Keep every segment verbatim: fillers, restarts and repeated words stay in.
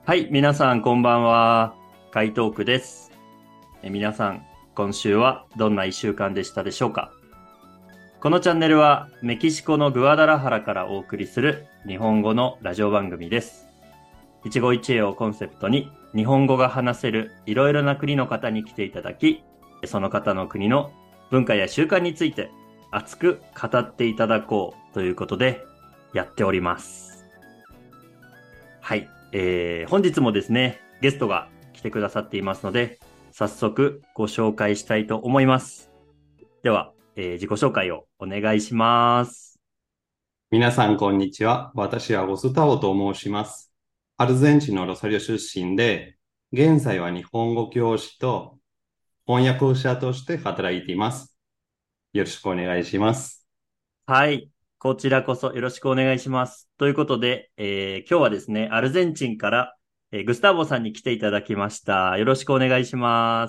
はい、皆さんこんばんは。カイトークです。え皆さん、今週はどんないっしゅうかんでしたでしょうか？このチャンネルはメキシコのグアダラハラからお送りする日本語のラジオ番組です。一期一会をコンセプトに日本語が話せるいろいろな国の方に来ていただき、その方の国の文化や習慣について熱く語っていただこうということでやっております。はい。えー、本日もですね、ゲストが来てくださっていますので、早速ご紹介したいと思います。では、えー自己紹介をお願いします。 皆さん、こんにちは。私はゴスタオと申します。アルゼンチンのロサリオ出身で、現在は日本語教師と翻訳者として働いています。よろしくお願いします。 はい。こちらこそよろしくお願いします。ということで、えー今日はですね、アルゼンチンから、えーグスターボさんに来ていただきました。よろしくお願いします。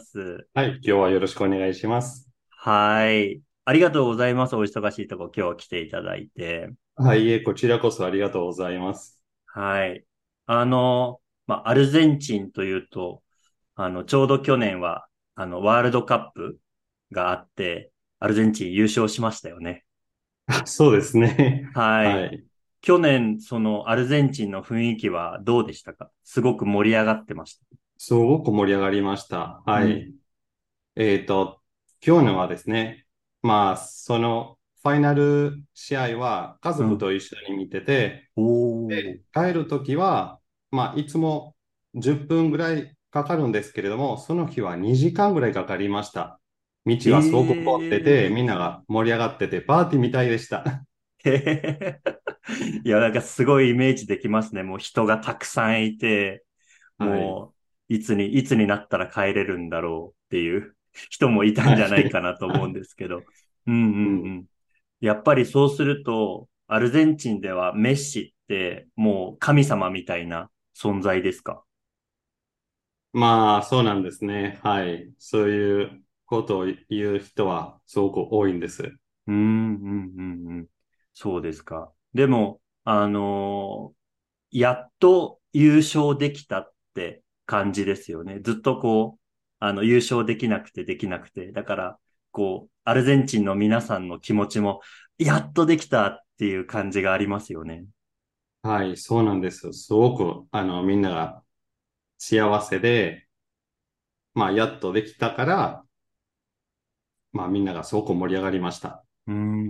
はい、今日はよろしくお願いします。 はい。ありがとうございます。お忙しいとこ今日来ていただいて。 はい、いえ、こちらこそありがとうございます。 はい。あの、まあ、アルゼンチンというと、あの、ちょうど去年は、あの、ワールドカップがあって、アルゼンチン優勝しましたよね。 そうですね。 はい。 はい。 去年、その、アルゼンチンの雰囲気はどうでしたか？すごく盛り上がってました。 すごく盛り上がりました。 うん。 はい。えっと、今日のはですね、まあ、そのファイナル試合は家うん。 族と一緒に見てて、 おー。 で、帰るときは、まあ、いつもじゅっぷんぐらいかかるんですけれども、その日はにじかんぐらいかかりました。道えがすごく混んでて、みんなー。 が盛り上がってて、パーティーみたいでした。 へへへいや、なんかすごいイメージできますね。もう人がたくさんいて、 はい。 もう、いつに、いつになったら帰れるんだろうっていう人もいたんはじゃないかい。 なと思うんですけど。うんううん。 んうん。やっぱりそうすると、アルゼンチンではメッシってもう神様みたいな存在ですか？ まあ、そうなんですね。はい。そういうことを言う人はすごく多いんです。 うんうんうんうん。そうですか。でも、あのーやっと優勝できたって感じですよね。ずっとこう、あの、優勝できなくてできなくて。だから、こう、アルゼンチンの皆さんの気持ちも、やっとできたっていう感じがありますよね。 はい、そうなんです。すごく、あの、みんなが幸せで、まあ、やっとできたから、まあ、みんながすごく盛り上がりました。 うん、うん、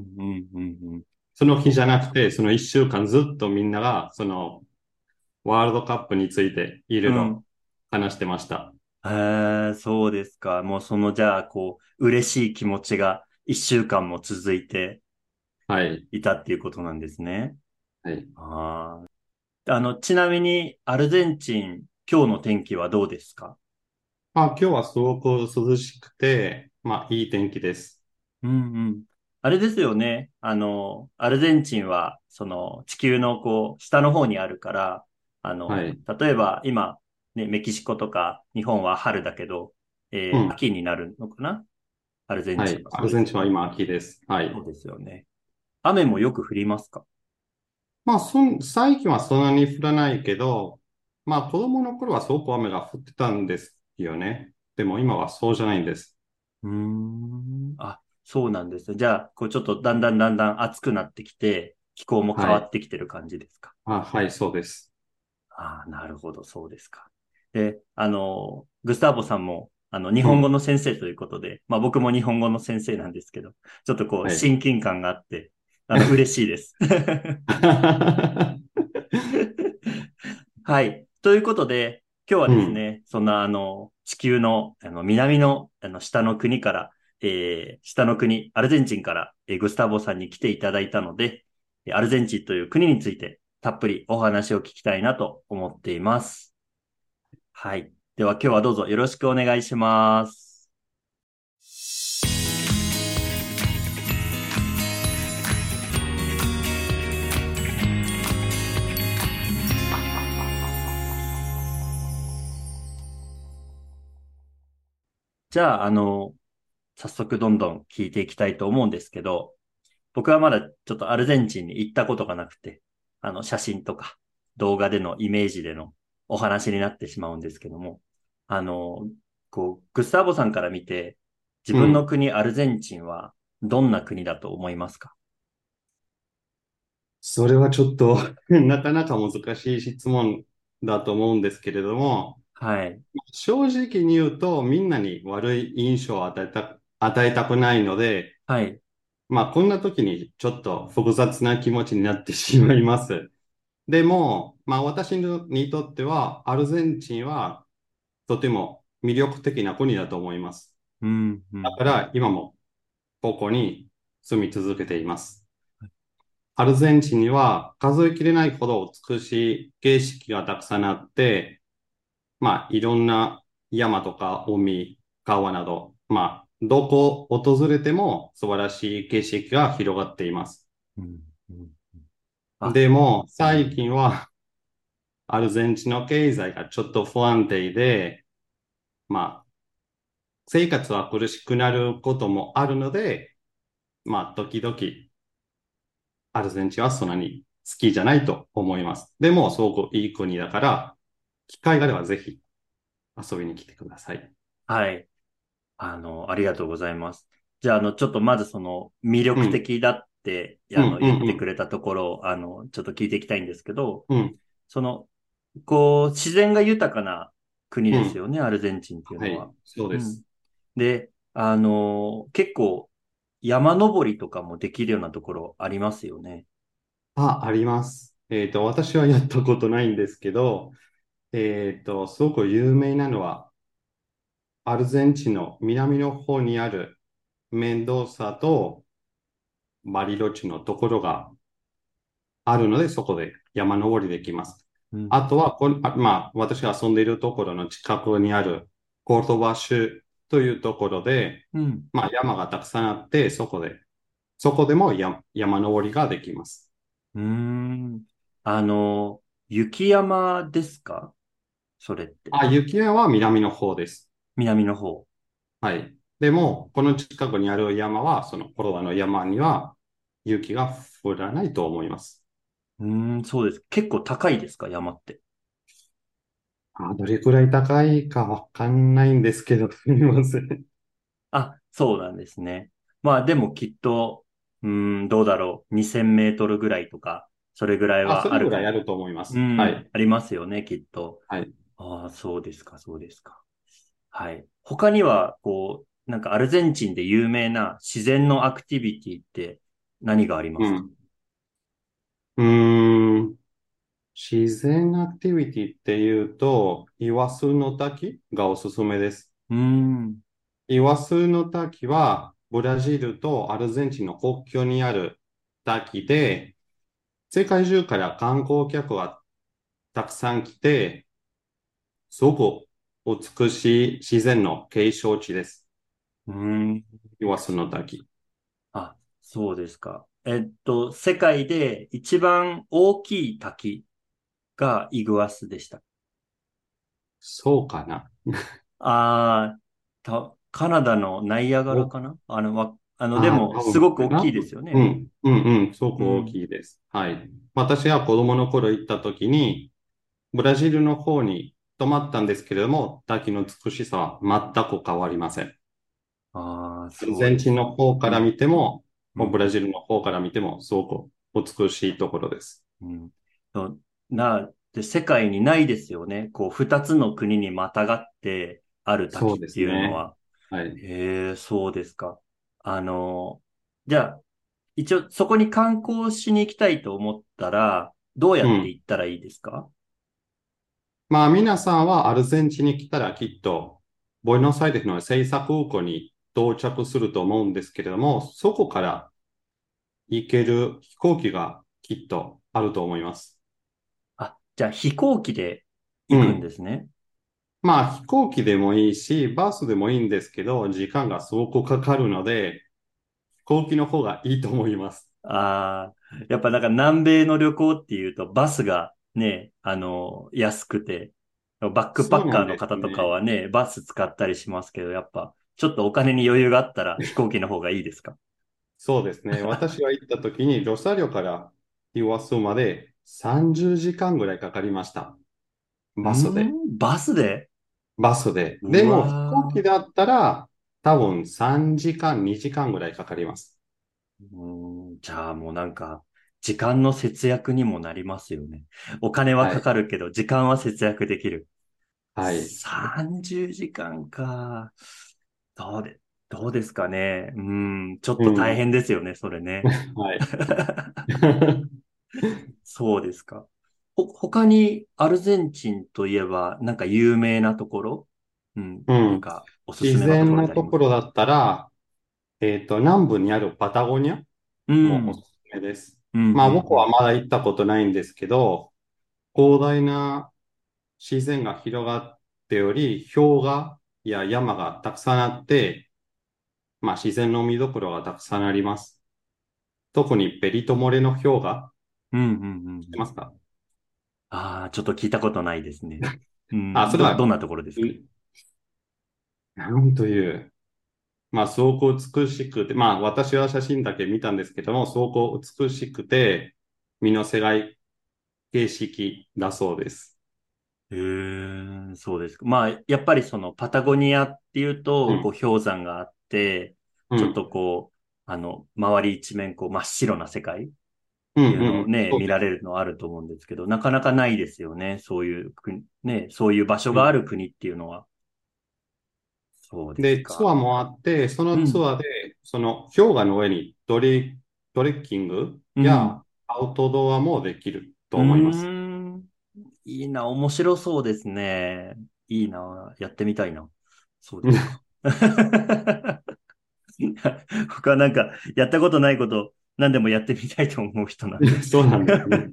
うん、うん。 その日じゃそう。 なくて、その一週間ずっとみんなが、その、ワールドカップについていろいろうん。 話してました。 へえ、そうですか。もうその、じゃあ、こう、嬉しい気持ちが一週間も続いてはい。 いたっていうことなんですね。 はい。 ああ。あの、ちなみに、アルゼンチン、今日の天気はどうですか？ まあ、今日はすごく涼しくて、まあ、いい天気です。 うんうん。あれですよね。あの、アルゼンチンは、その、地球のこう、下の方にあるから、あの、 はい。 例えば今、ね、メキシコとか日本は春だけど、えーうん。 秋になるのかな？アルゼンはい。 チンはアルゼそうですよね。 ンチンは今秋です。はい。 そうですよね。雨もよく降りますか？ まあ、そん、最近はそんなに降らないけど、まあ、子供の頃はすごく雨が降ってたんですよね。でも今はそうじゃないんです。 うーん。あ、そうなんですね。じゃあ、こうちょっとだんだんだんだん暑くなってきて、気候も変わはい。 ってきてる感じですか？ あ、はい、そうです。 ああ、なるほど、そうですか。で、あの、グスターボさんも、あの、日うん。 本語の先生ということで、まあ僕も日本語の先生なんですけど、ちょっとこう、 はい。 親近感があって、あの、嬉しいです。はい。ということで、今日はうん。 ですね、そんな、あの、地球の、あの、南の、あの、下の国から、えー、下の国、アルゼンチンから、えーグスターボさんに来ていただいたので、えーアルゼンチンという国について、たっぷりお話を聞きたいなと思っています。はい。では今日はどうぞよろしくお願いします。じゃあ、あの、早速どんどん聞いていきたいと思うんですけど、僕はまだちょっとアルゼンチンに行ったことがなくて、あの、写真とか動画でのイメージでのお話になってしまうんですけども、あの、こう、グスターボさんから見て、自分のうん。 国アルゼンチンはどんな国だと思いますか？ それはちょっとなかなか難しい質問だと思うんですけれども、 はい。 正直に言うと、みんなに悪い印象を与えた、与えたくないので、 はい。 まあ、こんな時にちょっと複雑な気持ちになってしまいます。でも、まあ、私にとっては、アルゼンチンはとても魅力的な国だと思います。 うん、うん、うん。 だから、今もここに住み続けています。アルゼンチンには数えきれないほど美しい景色がたくさんあって、まあ、いろんな山とか海、川など、まあ、どこを訪れても素晴らしい景色が広がっています。 うん、うん。あ、 でも、最うん、 近はアルゼンチンの経済がちょっと不安定で、まあ、生活は苦しくなることもあるので、まあ、時々、アルゼンチンはそんなに好きじゃないと思います。でも、すごくいい国だから、機会があればぜひ遊びに来てください。 はい。あの、ありがとうございます。じゃあ、あの、ちょっとまずその魅力うん、 的だって、 うん、 あの、 うん、 言ってくうん、 れたところを、あの、ちょっと聞いていきたいんですけど、 うん、 その、こう、自然が豊かな国うん。 ですよね、アルゼンチンっていうのは。 はい、そううん。 です。 で、あの、結構山登りとかもできるようなところありますよね。 あ、あります。えっと、私はやったことないんですけど、えっと、すごく有名なのは、アルゼンチンの南の方にあるメンドーサとバリロチのところがあるので、そこで山登りできます。 うん。 あとはこん、あまあ、私が遊んでいるところの近くにあるコルドバ州というところで、 うん。 まあ、山がたくさんあって、そこで、そこでもや山登りができます。 うーん。あの、雪山ですか？それって。 あ、雪山は南の方です。 南の方。 はい。でも、この近くにある山は、そのコロラの山には雪が降らないと思います。 うーん、そうです。結構高いですか、山って？ あ、どれくらい高いかわかんないんですけど、すみません。 あ、そうなんですね。まあでもきっと、うーん、どうだろう。にせんメートルぐらいとか、それぐらいあ、そはあれるかも。 ぐらいあると思います。はうん、 い。 ありますよね、きっと。 はい。 ああ、そうですか、そうですか。はい。他には、こう、なんかアルゼンチンで有名な自然のアクティビティって何がありますか？ うん。うーん。自然アクティビティっていうと、イワスの滝がおすすめです。 うーん、 イワスの滝は、ブラジルとアルゼンチンの国境にある滝で、世界中から観光客がたくさん来て、すごく美しい自然の景勝地です。 うーん。 イワスの滝。 あ、そうですか。えっと、世界で一番大きい滝がイグアスでした。 そうかな。 ああ、た、カナダのナイアガラお、 かなあの、わ、あの、でああ、 も、 多すごく大き分かな。 いですよね。 うん、うん、うん、すごく大うん。 きいです。はい。私は子供の頃行った時に、ブラジルの方に泊まったんですけれども、滝の美しさは全く変わりません。 ああ、 アルそうゼンチンのですか。うん、 方から見ても、 うん、 もうブラジルの方から見ても、すごく美しいところです。 うん。とな、で、世界にないですよね。こう、二つの国にまたがってあるそうで滝ってすね。 いうのは。 はい。 へえ、そうですか。あの、じゃあ、一応、そこに観光しに行きたいと思ったら、どうやってうん。 行ったらいいですか？ まあ、皆さんはアルゼンチンに来たらきっと、ボエノスアイレスのセイサ空港に到着すると思うんですけれども、そこから行ける飛行機がきっとあると思います。 あ、じゃあ飛行機で行くんでうん。 すね。 まあ、飛行機でもいいし、バスでもいいんですけど、時間がすごくかかるので、飛行機の方がいいと思います。 ああ、やっぱなんか南米の旅行っていうとバスがね、あの、安くて、バックパッカーそうなんですの方とかね。 はね、バス使ったりしますけど、やっぱちょっとお金に余裕があったら飛行機の方がいいですか？ そうですね。私が行った時に、ロサリオからイワスまでさんじゅうじかんぐらいかかりました。 うーバスで。 ん、バスで。 バスで。でうも飛行わ機だったら多分さんじかん、にじかんぐらいかかります。 ー。うーん、じゃあもうなんか、時間の節約にもなりますよね。お金はかはい。 かるけど、時間は節約できる。 はい。 さんじゅうじかんか。どうで、どうですかね。うん、ちょっと大うん。 変ですよね、それね。 はい。 そうですか。ほ、他にアルゼンチンといえば、なんか有名なところ、うん、 うん。 なんかおすす自めのとこ然なとろってありますか？ ころだったら、えっと、南部にあるパタゴニアうん、 もおすすめです。 うん、うん、 まあ僕うん。 はまだ行ったことないんですけど、広大な自然が広がっており、氷河や山がたくさんあって、まあ自然の見どころがたくさんあります。特にペリトモレの氷河、 うん、うん、うん。うん。 知ってますか？ ああ、ちょっと聞いたことないですね。うあ、 ん、ど、どそれは、 んなところですか？ んなんという、まあすごく美しくて、まあ私は写真だけ見たんですけども、すごく美しくて、見のせない景色だそうです。 へえ、そうですか。まあ、やっぱりそのパタゴニアっていうと、こうん、 う氷山があって、ちょっうん、 とこう、あの、周り一面こう真っ白な世界っうん、 ていううん、 のをね、 そうです。 見られるのはあると思うんですけど、なかなかないですよね。そういう国、ね、そういう場所うん。 がある国っていうのは。そうですで、ツか。 アーもあって、そのツうん、 アーで、その氷河の上にトレ、トレッキングうん。 やアウトドアもできるうーと思います。 ん。いいな、面白そうですね。いいな、やってみたいな。そうですか。僕はなんか、やったことないこと、何でもやってみたいと思う人なんで。 そうなんですね。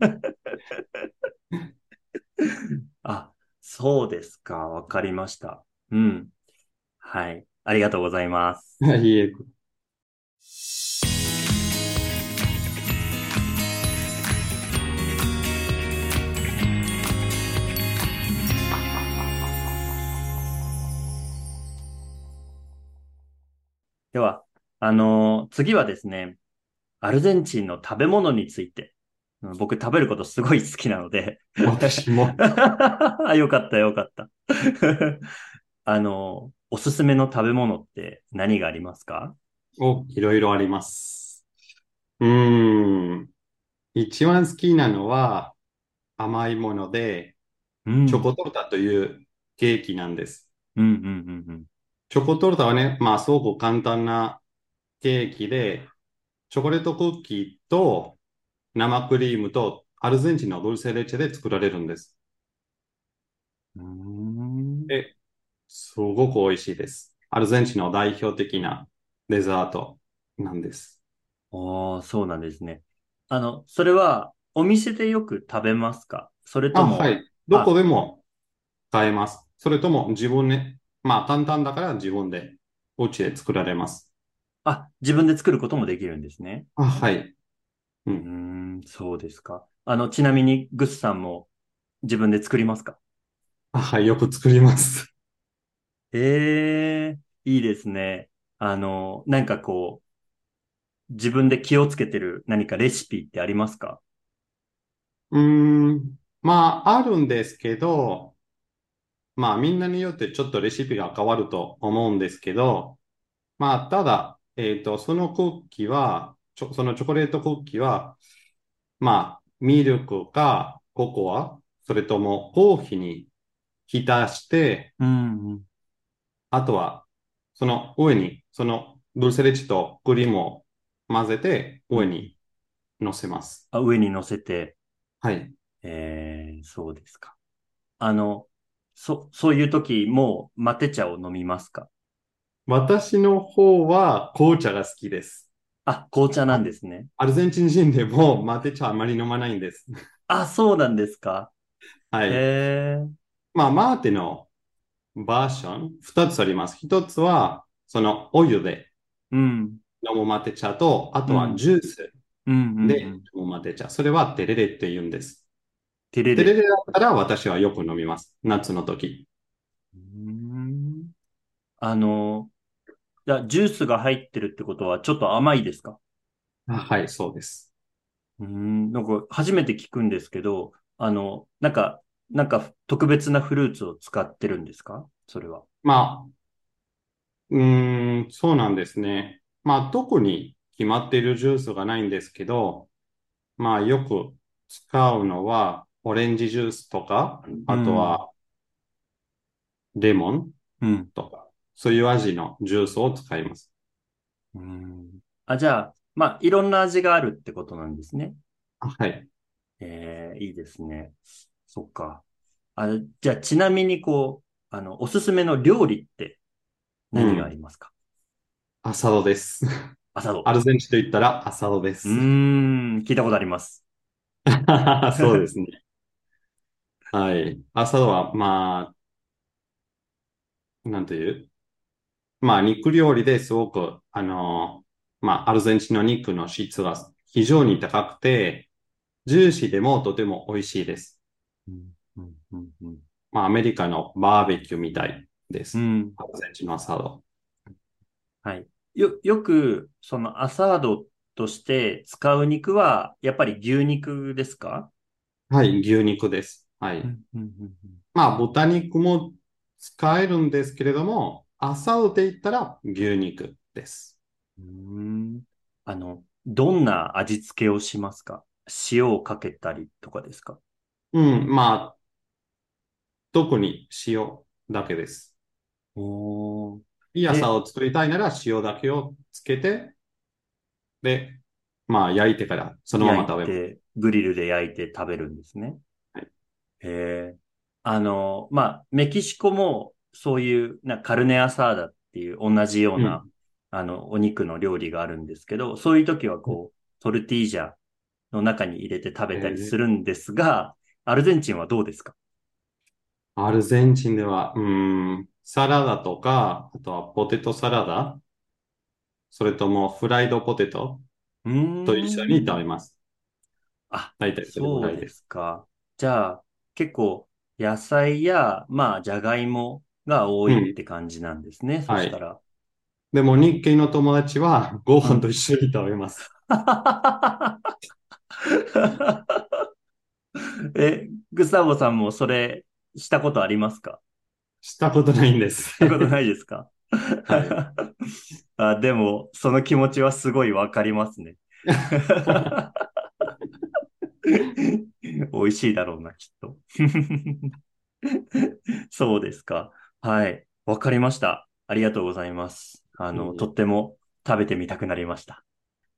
あ、そうですか。わかりました。うん。はい。ありがとうございます。 いいえ。 では、あのー次はですね、アルゼンチンの食べ物について。うん。僕食べることすごい好きなので。 私も。 よかったよかった。あのーおすすめの食べ物って何がありますか？ お、いろいろあります。うーん。一番好きなのは甘いもので、 うん。 チョコトルタというケーキなんです。 うん、うん、うん、うん。 チョコトルタはね、まあすごく簡単なケーキで、チョコレートクッキーと生クリームとアルゼンチンのドルセレチェで作られるんです。 うーん。 で、すごく美味しいです。アルゼンチンの代表的なデザートなんです。 ああ、そうなんですね。あの、それはお店でよく食べますか？それとあ、はも、 い。どこあ、 でも買えます。それとも自分ね、まあ簡単だから自分でお家で作られます。 あ、自分で作ることもできるんですね。 あ、はい。ううーん。 ん、そうですか。あの、ちなみにグスさんも自分で作りますか？ あ、はい。よく作ります。 ええ、いいですね。あの、なんかこう、自分で気をつけてる何かレシピってありますか？ うーん。まあ、あるんですけど、まあ、みんなによってちょっとレシピが変わると思うんですけど、まあ、ただ、えっと、そのクッキーは、ちょ、そのチョコレートクッキーは、まあ、ミルクかココア、それともコーヒーに浸して、 うん、うん。 あとは、その上に、そのドルセレチとクリームを混ぜてうん。 上に乗せます。 あ、上に乗せて、 はい。 ええ、そうですか。あの、そ、そういう時もマテ茶を飲みますか？ 私の方は紅茶が好きです。 あ、紅茶なあんですね。 アルゼンチン人でもマテ茶あまり飲まないんです。 あ、そうなんですか。 はへい。 え。 まあ、マーテのバージョン、二つあります。一つは、そのお湯でうん、 飲むマテ茶と、あとはうん、 ジュースうん、うん、うでん。 飲むマテ茶。それはテレレって言うんです。 テレレ。 テレレだったら私はよく飲みます。夏の時。 うーん。あの、じゃあ、ジュースが入ってるってことはちょっと甘いですか？ あ、はい、そうです。 うーん、なんか初めて聞くんですけど、あの、なんか、 なんか特別なフルーツを使ってるんですかそれは？ まあ、うーん、そうなんですね。まあ、特に決まっているジュースがないんですけど、まあ、よく使うのは、オレンジジュースとか、あとうん。 はレモンうん。 とか、そういう味のジュースを使います。 うん。あ、じゃあ、まあ、いろんな味があるってことなんですね。 はい。 えー、いいですね。そっか。あ、じゃあ、ちなみにこう、あの、おすすめの料理って何がありうん。 ますか？ アサドです。 朝ド。 アルゼンチンと言ったらアサドでうーす。 ん、聞いたことあります。 そうですね。はい。アサドは、まあ、なんという、まあ、肉料理ですごく、あの、まあ、アルゼンチンの肉の質が非常に高くて、ジューシーでもとても美味しいです。 うん、うん、うん、うん。 まあ、アメリカのバーベキューみたいです。 うんアルゼンチンのアサド。 はい。よ、よく、そのアサードとして使う肉は、やっぱり牛肉ですか？ はい、牛肉です。はい。 うん、うん、うん、 まあ、豚肉も使えるんですけれども、アサドで言ったら牛肉です。 うん。うーん。あの、どんな味付けをしますか？塩をかけたりとかですか？ うん、まあ、特に塩だけです。 おー。 いいアサで、 ドを作りたいなら塩だけをつけて、で、まあ、焼いてからそのまま焼い食べます。 て、グリルで焼いて食べるんですね。 はい。 へえ。あの、まあ、メキシコもそういうなカルネアサーダっていう同じような、 うん。 あの、お肉の料理があるんですけど、そういう時はこう、トルティージャの中に入れて食べたりすえーるんですが、アルゼンチンはどうですか？ アルゼンチンでは、うーん、サラダとか、あとはポテトサラダ、それともフライドポテトうーと一緒に食べん。 ます。 あ、 大体それぐそうでらいです。 すか。じゃあ、結構野菜や、まあ、じゃがいもが多いっうん。 て感じなんですね。そはい。 したら。 でもうん。 日系の友達はごうん。 飯と一緒に食べます。 え、グスタボさんもそれしたことありますか？ したことないんです。 したことないですか？ はい。 あ、でも、その気持ちはすごいわかりますね。美味しいだろうな、きっと。そうですか。はい。わかりました。ありがとうございます。あの、といいっても食べてみたくなりました。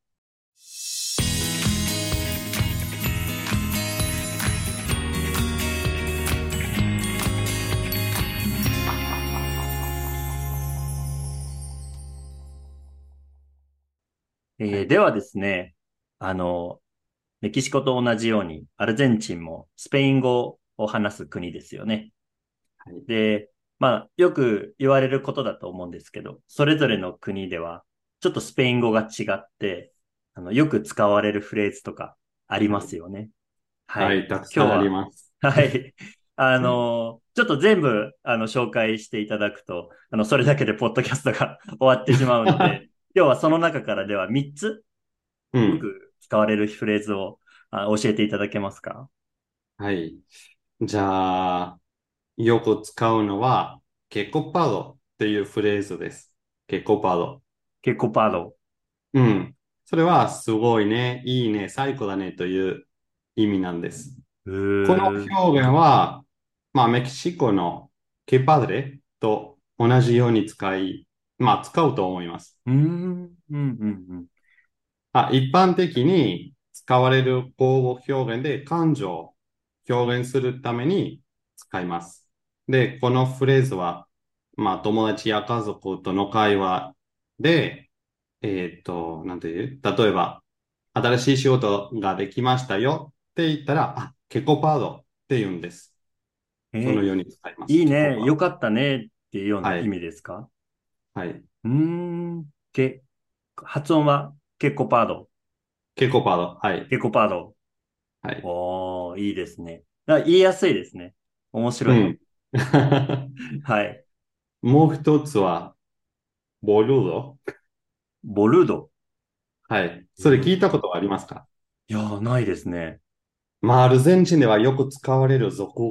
えーではですね、あの、メキシコと同じように、アルゼンチンもスペイン語を話す国ですよね。 はい。 で、まあ、よく言われることだと思うんですけど、それぞれの国では、ちょっとスペイン語が違って、あの、よく使われるフレーズとかありはい。 ますよね。はい。 はい。たくさんあり今日は、 ます。 はい。あの、ちょっと全部、あの、紹介していただくと、あの、それだけでポッドキャストが終わってしまうので、今日はその中からではみっつ、ようん。 く使われるフレーズをあ教えていただけますか？ はい。じゃあ、よく使うのは、ケコパドっていうフレーズです。ケコパド。 ケコパード。 うん。それは、すごいね、いいね、最高だねという意味なんです。 うこのーん。 表現は、まあ、メキシコのケパドレと同じように使い、まあ、使うと思います。 うーん。うん、うん、うん。 あ、一般的に使われる口語表現で感情を表現するために使います。で、このフレーズは、まあ、友達や家族との会話で、えっと、なんていう、例えば、新しい仕事ができましたよって言ったら、あ、ケコパードって言うんです。そえーのように使います。 いいね。 ケコパード。 よかったね。っていうような意はい。 味ですか？ はい。 うーん。け、発音はケコパード。 ケコパード。はい。 ケコパード。 はい。 おー、いいですね。あ、言いやすいですね。面白い。 うん。 はい。 もう一つは、ボルード。 ボルード。 はい。それ聞いえーたことはありますか？ いやー、ないですね。 まあ、アルゼンチンではよく使われる俗語。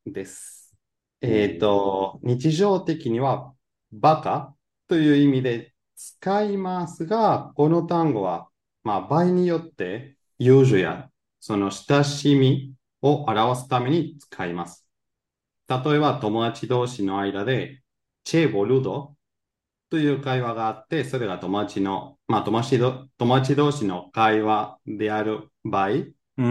です。 ええっー、 と、日常的にはバカという意味で使いますが、この単語は、まあ、場合によって友情やその親しみを表すために使います。例えば、友達同士の間で、チェボルドという会話があって、それが友達の、まあ、友達ど、友達同士の会話である場合、 うん。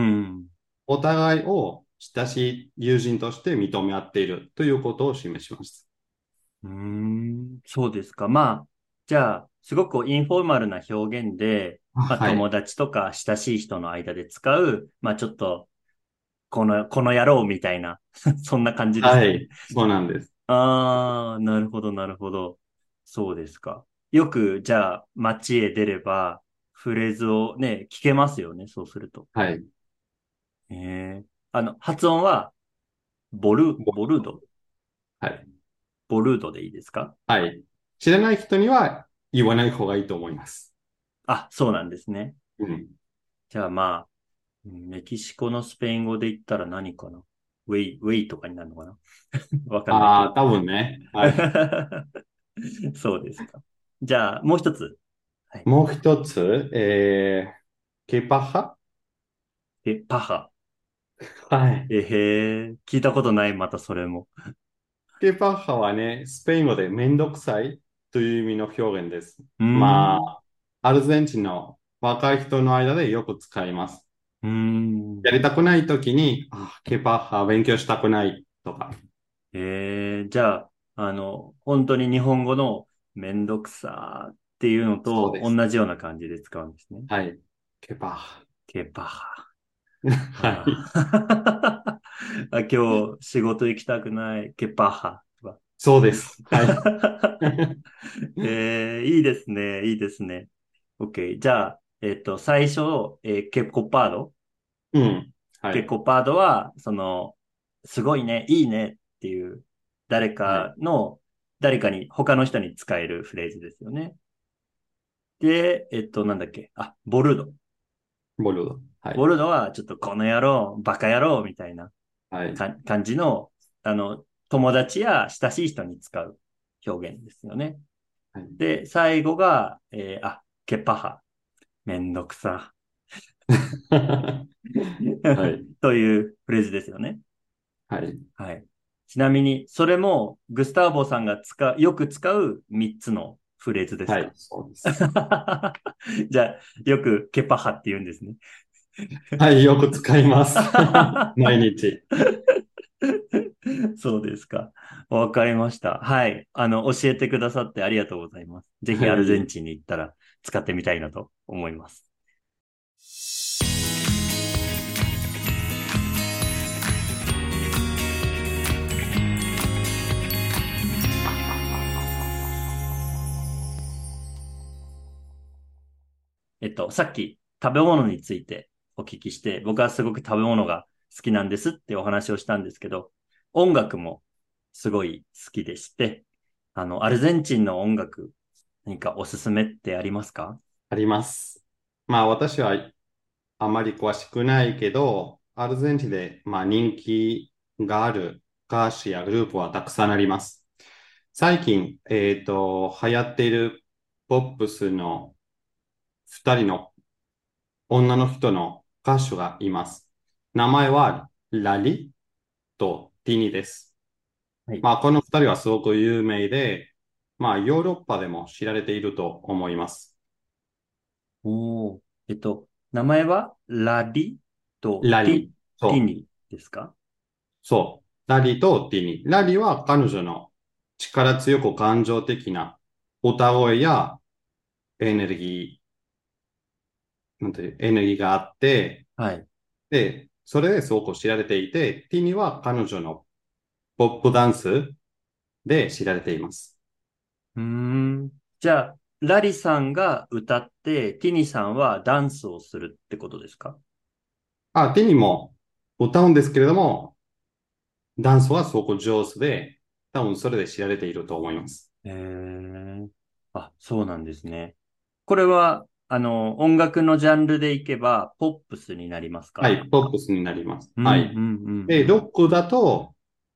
お互いを親しい友人として認め合っているということを示します。 うーん、そうですか。まあ、じゃあ、すごくインフォーマルな表現で、まあ、 あはい。 友達とか親しい人の間で使う、まあ、ちょっと、この、この野郎みたいなそんな感じですかね。 はい。そうなんです。 ああ、なるほど、なるほど。そうですか。よく、じゃあ、街へ出れば、フレーズをね、聞けますよね、そうすると。 はい。 ええあの、発音は、ボル、 ボボルード、 はい。 ボルードでいいですか？ はい。知らない人には言わない方がいいと思います。 あ、そうなんですね。 うん。 じゃあまあ、メキシコのスペイン語で言ったら何かな？ウェイ、ウェイとかになるのかな？わかんないけど。 ああ、多分ね。はい。 そうですか。じゃあ、もう一つ。はい。 もう一つ、えー、ケパハえ、パハ。 はい。 えへー、聞いたことない、またそれも。 ケパハはね、スペイン語でめんどくさいという意味の表現です。 うーん、 まあ、アルゼンチンの若い人の間でよく使います。 うーん。 やりたくないときに、あ、ケパハ勉強したくないとか。 えー、じゃあ、あの、本当に日本語のめんどくさーっていうのとそうです。 同じような感じで使うんですね。 はい。ケパハ。 ケパハ。 はい。 あーあ、今日仕事行きたくない。ケパハ。とかそうです。はい。 えー、いいですね。いいですね。OK。じゃあ、えっと、最初、えーケコパード。 うん。はい。 ケコパードは、その、すごいね、いいねっていう、誰はい。 かの、誰かに、他の人に使えるフレーズですよね。で、えっと、なんだっけ。あ、ボルド。 ボルド。はい。 ボルドは、ちょっとこの野郎、バカ野郎みたいなはい。 か感じの、あの、友達や親しい人に使う表現ですよね。 はい。 で、最後が、えーあ、ケパハ。めんどくさ。 はい。 というフレーズですよね。 はい。 はい。ちなみに、それも、グスターボさんが使う、よく使うみっつのフレーズですか？ はい。そうです。 じゃあ、よくケパハって言うんですね。 はい。よく使います。毎日。 そうですか。わかりました。はい。あの、教えてくださってありがとうございます。ぜひアルゼンはい。 チンに行ったら使ってみたいなと思います。えっと、さっき食べ物についてお聞きして、僕はすごく食べ物が好きなんですってお話をしたんですけど、音楽もすごい好きでして、あの、アルゼンチンの音楽、何かおすすめってありますか？ あります。まあ私はあまり詳しくないけど、アルゼンチンでまあ人気がある歌手やグループはたくさんあります。最近、えっと、流行っているポップスの二人の女の人の歌手がいます。名前はラリとティニです。 はい。 まあこの二人はすごく有名で、まあヨーロッパでも知られていると思います。 おー、えっと、名前はラディとティ、 ラリ。そう。 ティニですか？ そう。ラリとティニ。ラリは彼女の力強く感情的な歌声やエネルギー、なんていう、エネルギーがあって、 はい。 で、それですごく知られていて、ティニは彼女のポップダンスで知られています。 うーん。じゃあ、ラリさんが歌って、ティニさんはダンスをするってことですか？ あ、ティニも歌うんですけれども、ダンスはすごく上手で、多分それで知られていると思います。 へえ。あ、そうなんですね。これは、あの、音楽のジャンルでいけば、ポップスになりますか？ はい、ポップスになります。 うん、うはい。 ん、うん、 で、 うん。 ロックだと、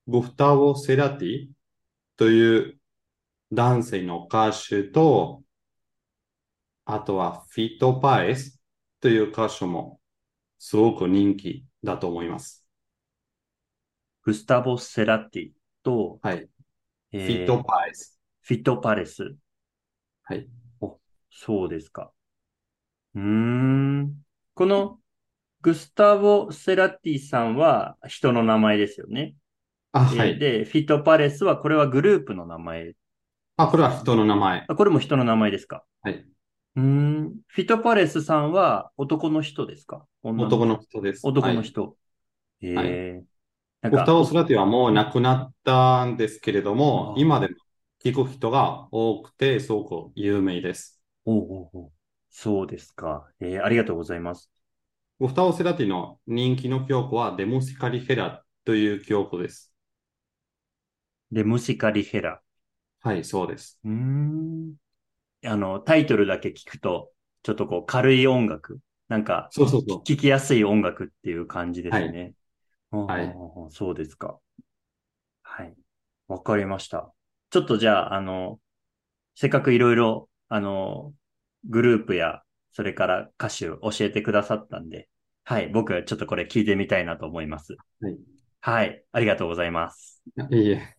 グスタボ・セラティという男性の歌手と、あとはフィート・パレスという歌手もすごく人気だと思います。 グスタボ・セラティと、 はい。 えー、 フィート・パレス。 フィット・パレス。 はい。 お、そうですか。うーん。このグスタボ・セラティさんは人の名前ですよね。 あ、はえーい。 で、フィット・パレスはこれはグループの名前。 あ、これは人の名前。 あ、これも人の名前ですか？ はい。 うーん。フィット・パレスさんは男の人ですか？女の男の人？ 人です。はい。 男の人。 はい。 えー、なんか、 グスタボ・セお、 ラティはもう亡うん、 くなったんですけれども、 ああ、 今でも聞く人が多くて、すごく有名です。 おうおうおう、そうですか。えー、ありがとうございます。 グスタボ・セラティの人気の曲は、デムシカリヘラという曲です。 で、ムシカリヘラ。 はい、そうです。 うーん。あの、タイトルだけ聞くと、ちょっとこう軽い音楽。なんか、 そうそうそき聞きやすい音楽っていう感じでう。はい。 すね。ほうほうはい。 ほうほう、そうですか。はい。わかりました。ちょっとじゃあ、あの、せっかくいろいろ、あの、グループや、それから歌手教えてくださったんで、はい。僕はちょっとこれ聞いてみたいなと思います。 はい。 はい。ありがとうございます。 いいえ。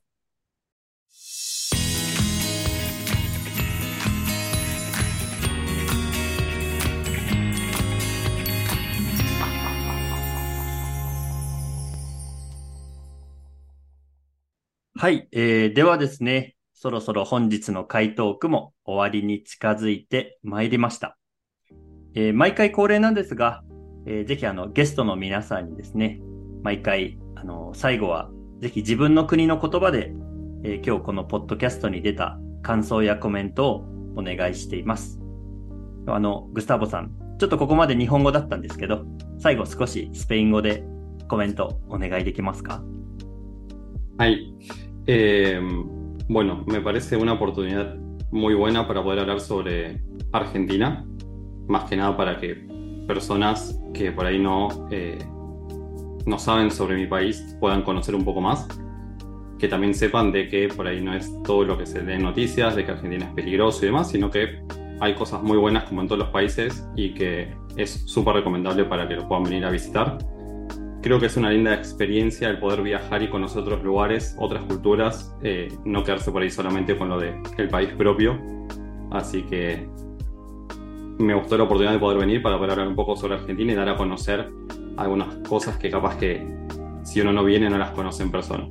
はい、えー、ではですね、そろそろ本日の回答句も終わりに近づいてまいりました。えー、毎回恒例なんですが、えー、ぜひあのゲストの皆さんにですね、毎回あの最後はぜひ自分の国の言葉で、えー、今日このポッドキャストに出た感想やコメントをお願いしています。あの、グスタボさん、ちょっとここまで日本語だったんですけど、最後少しスペイン語でコメントお願いできますか？ はい。Eh, bueno, me parece una oportunidad muy buena para poder hablar sobre Argentina, más que nada para que personas que por ahí no, eh, no saben sobre mi país puedan conocer un poco más, que también sepan de que por ahí no es todo lo que se lee en noticias, de que Argentina es peligroso y demás, sino que hay cosas muy buenas como en todos los países y que es súper recomendable para que lo puedan venir a visitar. Creo que es una linda experiencia el poder viajar y conocer otros lugares, otras culturas, eh, no quedarse por ahí solamente con lo del país propio. Así que me gustó la oportunidad de poder venir para poder hablar un poco sobre Argentina y dar a conocer algunas cosas que capaz que si uno no viene no las conoce en persona.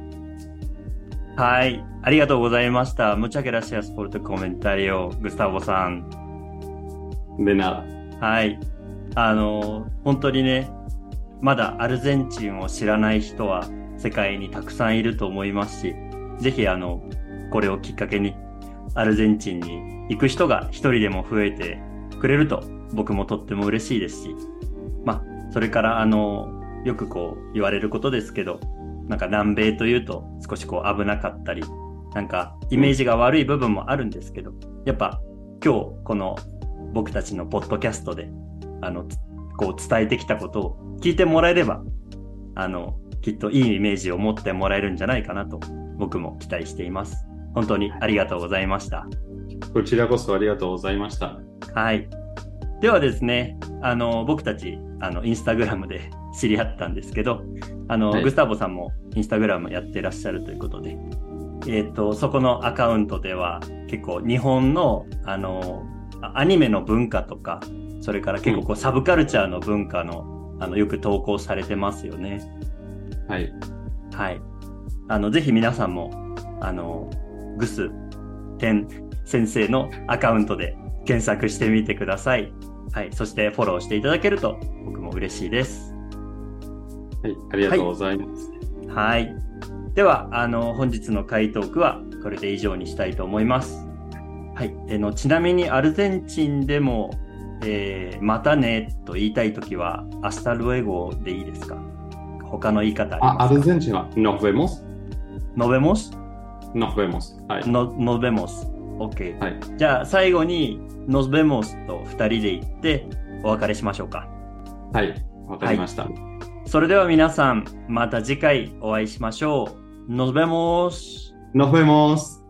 はい。ありがとうございました。Muchas gracias por tu comentario, Gustavo さん。 De nada. はい。あの、本当にね、まだアルゼンチンを知らない人は世界にたくさんいると思いますし、ぜひあの、これをきっかけにアルゼンチンに行く人が一人でも増えてくれると僕もとっても嬉しいですし、まあ、それからあの、よくこう言われることですけど、なんか南米というと少しこう危なかったり、なんかイメージが悪い部分もあるんですけど、やっぱ今日この僕たちのポッドキャストであのこう伝えてきたことを聞いてもらえれば、あのきっといいイメージを持ってもらえるんじゃないかなと僕も期待しています。本当にありがとうございました。 こちらこそありがとうございました。 はい。ではですね、あの僕たちあのインスタグラムで知り合ったんですけど、あの、はい、グスタボさんもインスタグラムやってらっしゃるということで、えっと、そこのアカウントでは結構日本の、あの、アニメの文化とか、それから結構こうサブカルチャーの文化の、あの、よく投稿されてますよね。 はい。 はい。あの、ぜひ皆さんも、あの、グス天先生のアカウントで検索してみてください。はい。そしてフォローしていただけると僕も嬉しいです。 はい、ありがとうございます。 はい。はい、では、あの、本日の回答句はこれで以上にしたいと思います。はい。えのちなみにアルゼンチンでも、えー、またねと言いたいときは、アスタルエゴでいいですか？他の言い方ありますか？ あ、アルゼンチンは nos vemos。 nos vemos？ nos vemos。はい。 no, nos vemos。OK。 はい。 じゃあ、最後に nos vemos とふたりで言ってお別れしましょうか。 はい。わかりました。はい、 それでは皆さん、また次回お会いしましょう。 Nos vemos. Nos vemos.